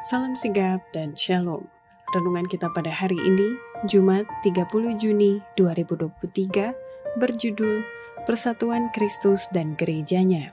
Salam sigap dan shalom. Renungan kita pada hari ini, Jumat 30 Juni 2023, berjudul Persatuan Kristus dan Gerejanya.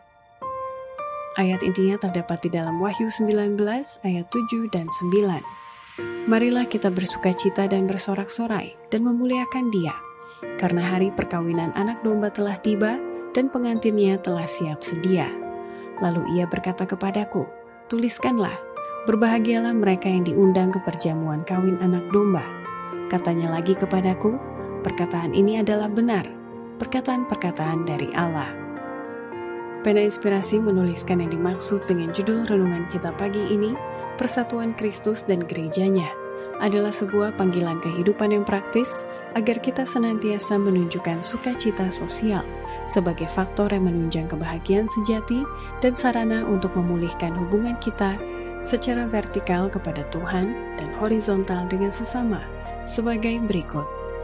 Ayat intinya terdapat di dalam Wahyu 19 ayat 7 dan 9. Marilah kita bersukacita dan bersorak-sorai dan memuliakan Dia, karena hari perkawinan anak domba telah tiba dan pengantinnya telah siap sedia. Lalu Ia berkata kepadaku, tuliskanlah, berbahagialah mereka yang diundang ke perjamuan kawin anak domba. Katanya lagi kepadaku, perkataan ini adalah benar, perkataan-perkataan dari Allah. Pena Inspirasi menuliskan yang dimaksud dengan judul renungan kita pagi ini, Persatuan Kristus dan Gerejanya, adalah sebuah panggilan kehidupan yang praktis agar kita senantiasa menunjukkan sukacita sosial sebagai faktor yang menunjang kebahagiaan sejati dan sarana untuk memulihkan hubungan kita secara vertikal kepada Tuhan dan horizontal dengan sesama sebagai berikut.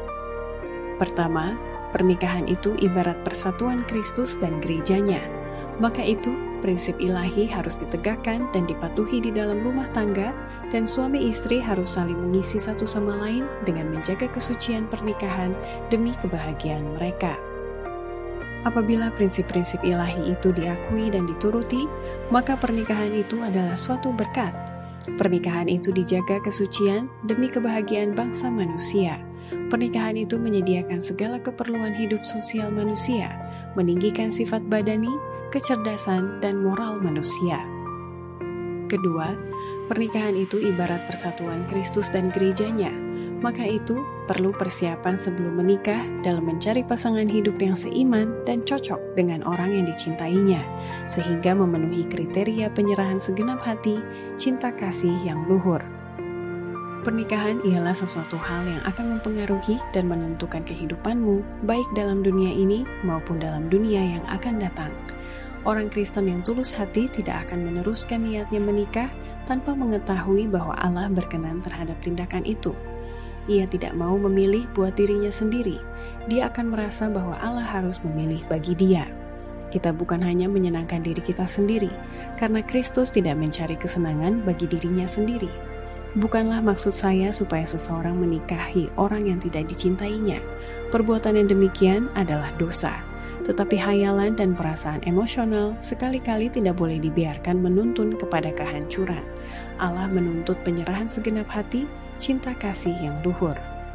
Pertama, pernikahan itu ibarat persatuan Kristus dan gerejanya. Maka itu, prinsip ilahi harus ditegakkan dan dipatuhi di dalam rumah tangga, dan suami istri harus saling mengisi satu sama lain dengan menjaga kesucian pernikahan demi kebahagiaan mereka. Apabila prinsip-prinsip ilahi itu diakui dan dituruti, maka pernikahan itu adalah suatu berkat. Pernikahan itu dijaga kesucian demi kebahagiaan bangsa manusia. Pernikahan itu menyediakan segala keperluan hidup sosial manusia, meninggikan sifat badani, kecerdasan, dan moral manusia. Kedua, pernikahan itu ibarat persatuan Kristus dan gerejanya. Maka itu perlu persiapan sebelum menikah dalam mencari pasangan hidup yang seiman dan cocok dengan orang yang dicintainya, sehingga memenuhi kriteria penyerahan segenap hati, cinta kasih yang luhur. Pernikahan ialah sesuatu hal yang akan mempengaruhi dan menentukan kehidupanmu, baik dalam dunia ini maupun dalam dunia yang akan datang. Orang Kristen yang tulus hati tidak akan meneruskan niatnya menikah tanpa mengetahui bahwa Allah berkenan terhadap tindakan itu. Ia tidak mau memilih buat dirinya sendiri. Dia akan merasa bahwa Allah harus memilih bagi dia. Kita bukan hanya menyenangkan diri kita sendiri, karena Kristus tidak mencari kesenangan bagi dirinya sendiri. Bukanlah maksud saya supaya seseorang menikahi orang yang tidak dicintainya. Perbuatan yang demikian adalah dosa. Tetapi hayalan dan perasaan emosional sekali-kali tidak boleh dibiarkan menuntun kepada kehancuran. Allah menuntut penyerahan segenap hati, cinta kasih yang luhur.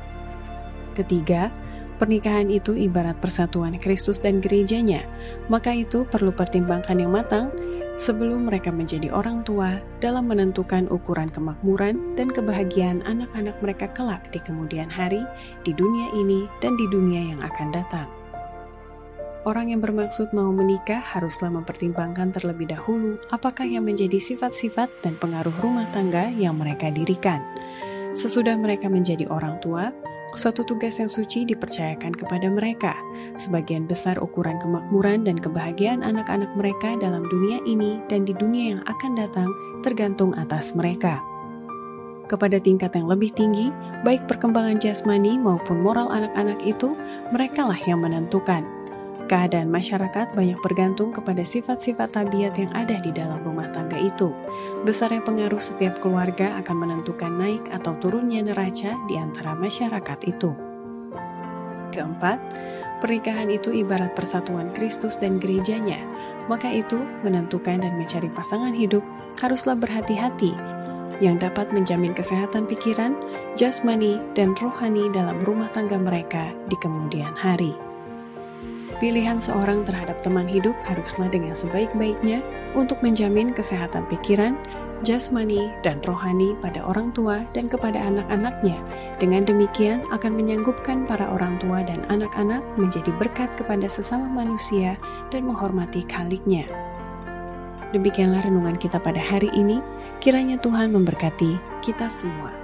Ketiga, pernikahan itu ibarat persatuan Kristus dan gerejanya, maka itu perlu pertimbangkan yang matang sebelum mereka menjadi orang tua dalam menentukan ukuran kemakmuran dan kebahagiaan anak-anak mereka kelak di kemudian hari, di dunia ini dan di dunia yang akan datang. Orang yang bermaksud mau menikah haruslah mempertimbangkan terlebih dahulu apakah yang menjadi sifat-sifat dan pengaruh rumah tangga yang mereka dirikan. Sesudah mereka menjadi orang tua, suatu tugas yang suci dipercayakan kepada mereka. Sebagian besar ukuran kemakmuran dan kebahagiaan anak-anak mereka dalam dunia ini dan di dunia yang akan datang tergantung atas mereka. Kepada tingkat yang lebih tinggi, baik perkembangan jasmani maupun moral anak-anak itu, merekalah yang menentukan. Keadaan masyarakat banyak bergantung kepada sifat-sifat tabiat yang ada di dalam rumah tangga itu. Besarnya pengaruh setiap keluarga akan menentukan naik atau turunnya neraca di antara masyarakat itu. Keempat, pernikahan itu ibarat persatuan Kristus dan gerejanya. Maka itu, menentukan dan mencari pasangan hidup haruslah berhati-hati yang dapat menjamin kesehatan pikiran, jasmani, dan rohani dalam rumah tangga mereka di kemudian hari. Pilihan seorang terhadap teman hidup haruslah dengan sebaik-baiknya untuk menjamin kesehatan pikiran, jasmani, dan rohani pada orang tua dan kepada anak-anaknya. Dengan demikian akan menyanggupkan para orang tua dan anak-anak menjadi berkat kepada sesama manusia dan menghormati Khaliknya. Demikianlah renungan kita pada hari ini. Kiranya Tuhan memberkati kita semua.